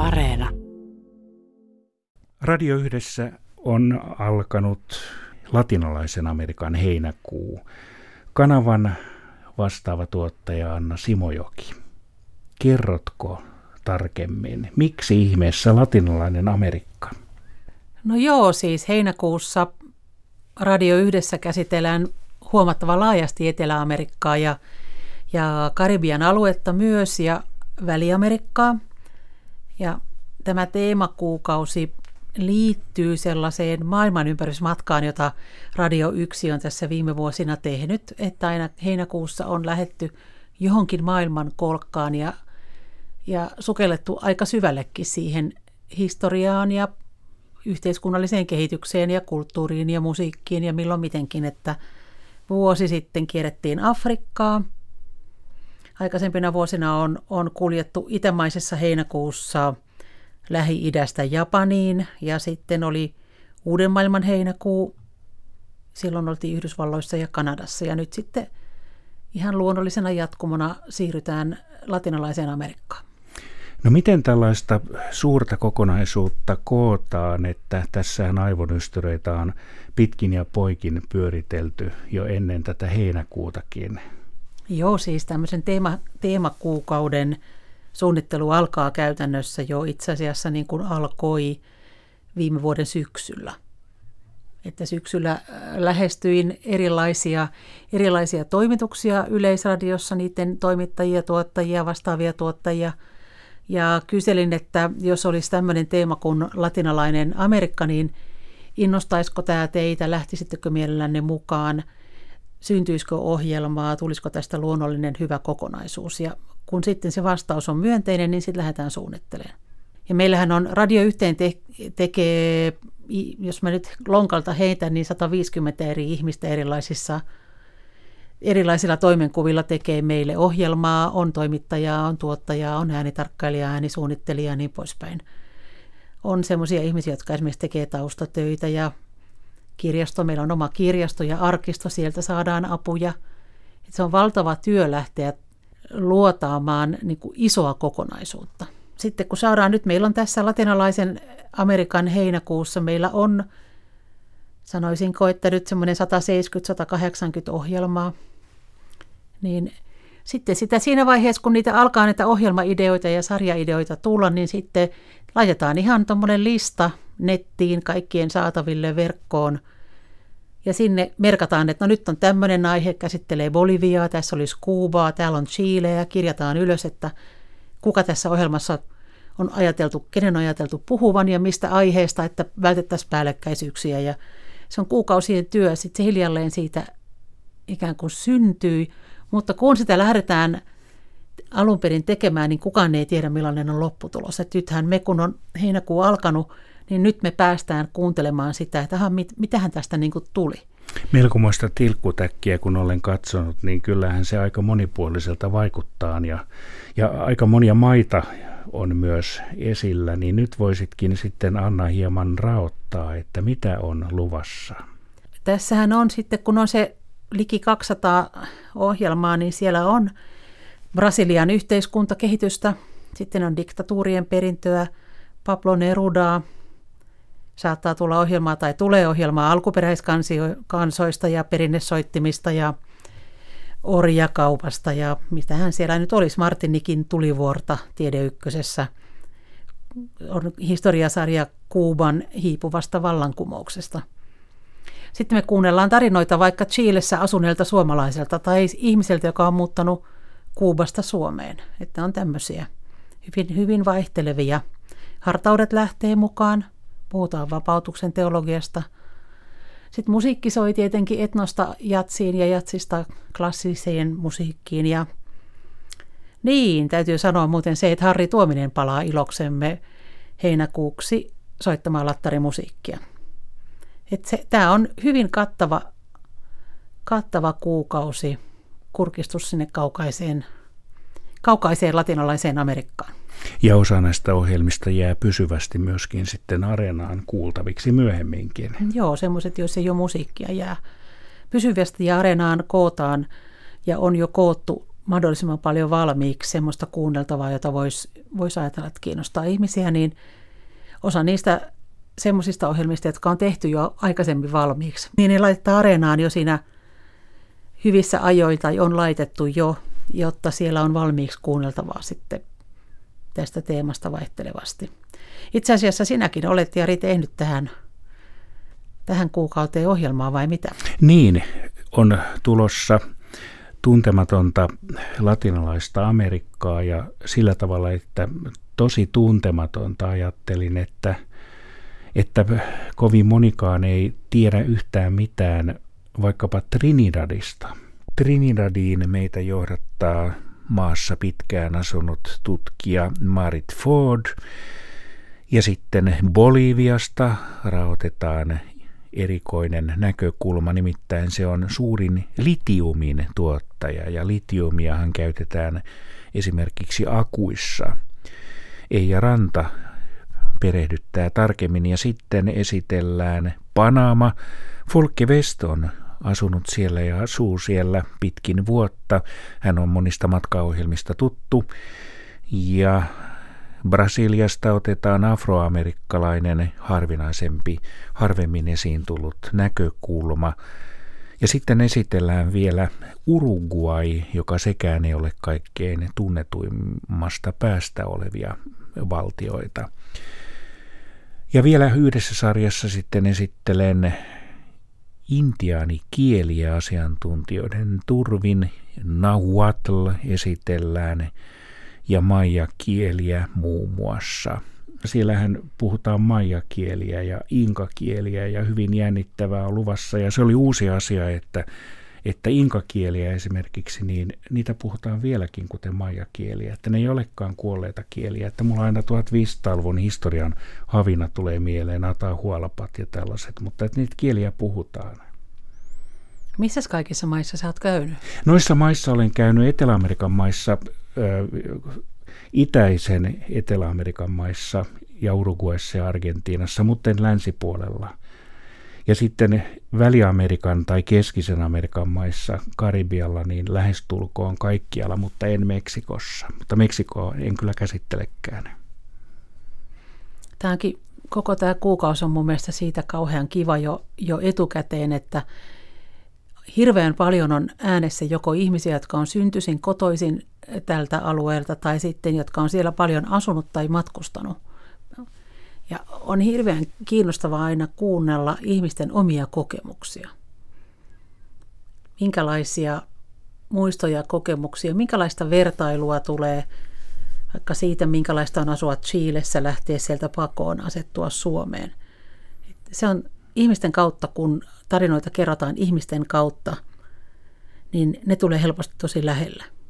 Areena. Radio Yhdessä on alkanut latinalaisen Amerikan heinäkuu. Kanavan vastaava tuottaja Anna Simojoki. Kerrotko tarkemmin, miksi ihmeessä latinalainen Amerikka? No joo, siis heinäkuussa Radio Yhdessä käsitellään huomattavan laajasti Etelä-Amerikkaa ja Karibian aluetta myös ja Väli-Amerikkaa. Ja tämä teemakuukausi liittyy sellaiseen maailmanympärysmatkaan, jota Radio 1 on tässä viime vuosina tehnyt, että aina heinäkuussa on lähdetty johonkin maailman kolkkaan ja sukellettu aika syvällekin siihen historiaan ja yhteiskunnalliseen kehitykseen ja kulttuuriin ja musiikkiin ja milloin mitenkin, että vuosi sitten kierrettiin Afrikkaa. Aikaisempina vuosina on kuljettu itämaisessa heinäkuussa Lähi-idästä Japaniin ja sitten oli Uuden maailman heinäkuu. Silloin oltiin Yhdysvalloissa ja Kanadassa ja nyt sitten ihan luonnollisena jatkumona siirrytään latinalaiseen Amerikkaan. No miten tällaista suurta kokonaisuutta kootaan, että tässähän aivonystyröitä on pitkin ja poikin pyöritelty jo ennen tätä heinäkuutakin? Joo, siis tämmöisen teemakuukauden suunnittelu alkaa käytännössä jo itse asiassa niin kuin alkoi viime vuoden syksyllä. Että syksyllä lähestyin erilaisia toimituksia Yleisradiossa, niiden toimittajia, tuottajia, vastaavia tuottajia. Ja kyselin, että jos olisi tämmöinen teema kuin latinalainen Amerikka, niin innostaisiko tämä teitä, lähtisittekö mielellänne mukaan, syntyisikö ohjelmaa, tulisiko tästä luonnollinen hyvä kokonaisuus. Ja kun sitten se vastaus on myönteinen, niin sitten lähdetään suunnittelemaan. Ja meillähän on Radio Yhteen tekee, jos mä nyt lonkalta heitän, niin 150 eri ihmistä erilaisilla toimenkuvilla tekee meille ohjelmaa, on toimittajaa, on tuottajaa, on äänitarkkailijaa, äänisuunnittelijaa ja niin poispäin. On semmoisia ihmisiä, jotka esimerkiksi tekee taustatöitä ja kirjasto, meillä on oma kirjasto ja arkisto, sieltä saadaan apuja. Et se on valtava työ lähteä luotaamaan niin kuin isoa kokonaisuutta. Sitten kun saadaan, nyt meillä on tässä latinalaisen Amerikan heinäkuussa, meillä on, sanoisinko, että nyt semmoinen 170-180 ohjelmaa, niin sitten sitä siinä vaiheessa, kun niitä alkaa näitä ohjelmaideoita ja sarjaideoita tulla, niin sitten laitetaan ihan tuommoinen lista nettiin kaikkien saataville verkkoon. Ja sinne merkataan, että no nyt on tämmöinen aihe, käsittelee Boliviaa, tässä olisi Kuubaa, täällä on Chile ja kirjataan ylös, että kuka tässä ohjelmassa on ajateltu, kenen on ajateltu puhuvan ja mistä aiheesta, että vältettäisiin päällekkäisyyksiä. Ja se on kuukausien työ, sitten se hiljalleen siitä ikään kuin syntyi, mutta kun sitä lähdetään alun perin tekemään, niin kukaan ei tiedä millainen on lopputulos. Et nythän me, kun on heinäkuu alkanut, niin nyt me päästään kuuntelemaan sitä, että mitähän tästä niin kuin tuli. Melkomoista tilkkutäkkiä, kun olen katsonut, niin kyllähän se aika monipuoliselta vaikuttaa ja aika monia maita on myös esillä, niin nyt voisitkin sitten Anna hieman raottaa, että mitä on luvassa. Tässähän on sitten, kun on se liki 200 ohjelmaa, niin siellä on Brasilian yhteiskuntakehitystä, sitten on diktatuurien perintöä, Pablo Nerudaa, saattaa tulla ohjelmaa tai tulee ohjelmaa alkuperäiskansoista ja perinnesoittimista ja orjakaupasta ja mitähän siellä nyt olisi, Martinikin tulivuorta Tiede Ykkösessä. On historiasarja Kuuban hiipuvasta vallankumouksesta. Sitten me kuunnellaan tarinoita vaikka Chilessä asuneelta suomalaiselta tai ihmiseltä, joka on muuttanut Kuubasta Suomeen. Että on tämmöisiä hyvin, hyvin vaihtelevia. Hartaudet lähtee mukaan, puhutaan vapautuksen teologiasta. Sitten musiikki soi tietenkin etnosta jatsiin ja jatsista klassiseen musiikkiin. Ja niin, täytyy sanoa muuten se, että Harri Tuominen palaa iloksemme heinäkuuksi soittamaan lattarimusiikkia. Tämä on hyvin kattava kuukausi, kurkistus sinne kaukaiseen latinalaiseen Amerikkaan. Ja osa näistä ohjelmista jää pysyvästi myöskin sitten Areenaan kuultaviksi myöhemminkin. Joo, semmoiset, joissa jo musiikkia jää pysyvästi ja Areenaan kootaan ja on jo koottu mahdollisimman paljon valmiiksi semmoista kuunneltavaa, jota voisi ajatella, että kiinnostaa ihmisiä, niin osa niistä semmoisista ohjelmista, jotka on tehty jo aikaisemmin valmiiksi, niin ne laitetaan Areenaan jo siinä hyvissä ajoin tai on laitettu jo, jotta siellä on valmiiksi kuunneltavaa sitten tästä teemasta vaihtelevasti. Itse asiassa sinäkin olet, Jari, tehnyt tähän kuukauteen ohjelmaa vai mitä? Niin, on tulossa tuntematonta latinalaista Amerikkaa ja sillä tavalla, että tosi tuntematonta ajattelin, että kovin monikaan ei tiedä yhtään mitään vaikkapa Trinidadista. Trinidadiin meitä johdattaa maassa pitkään asunut tutkija Marit Ford, ja sitten Boliviasta rahoitetaan erikoinen näkökulma, nimittäin se on suurin litiumin tuottaja, ja litiumiahan käytetään esimerkiksi akuissa. Eija Ranta perehdyttää tarkemmin, ja sitten esitellään Panama. Folke West on asunut siellä ja asuu siellä pitkin vuotta. Hän on monista matkaohjelmista tuttu. Ja Brasiliasta otetaan afroamerikkalainen harvemmin esiin tullut näkökulma. Ja sitten esitellään vielä Uruguay, joka sekään ei ole kaikkein tunnetuimmasta päästä olevia valtioita. Ja vielä yhdessä sarjassa sitten esittelen intiaanikieliä asiantuntijoiden turvin. Nahuatl esitellään ja maya-kieliä muun muassa. Siellähän puhutaan maya-kieliä ja inkakieliä ja hyvin jännittävää on luvassa. Ja se oli uusi asia, että inkakieliä esimerkiksi, niin niitä puhutaan vieläkin kuten maya-kieliä. Että ne ei olekaan kuolleita kieliä. Että mulla aina 1500-luvun historian havina tulee mieleen, Atahualpat ja tällaiset, mutta että niitä kieliä puhutaan. Missäs kaikissa maissa sä oot käynyt? Noissa maissa olen käynyt Etelä-Amerikan maissa, itäisen Etelä-Amerikan maissa ja Uruguayssa ja Argentiinassa, mutta en länsipuolella. Ja sitten Väli-Amerikan tai Keskisen Amerikan maissa, Karibialla, niin lähestulkoon kaikkialla, mutta en Meksikossa. Mutta Meksikoa en kyllä käsittelekään. Koko tämä kuukausi on mun mielestä siitä kauhean kiva jo etukäteen, että hirveän paljon on äänessä joko ihmisiä, jotka on syntyisin kotoisin tältä alueelta, tai sitten jotka on siellä paljon asunut tai matkustanut. Ja on hirveän kiinnostavaa aina kuunnella ihmisten omia kokemuksia. Minkälaisia muistoja, kokemuksia, minkälaista vertailua tulee vaikka siitä, minkälaista on asua Chilessä, lähteä sieltä pakoon, asettua Suomeen. Se on ihmisten kautta, kun tarinoita kerrotaan ihmisten kautta, niin ne tulee helposti tosi lähellä.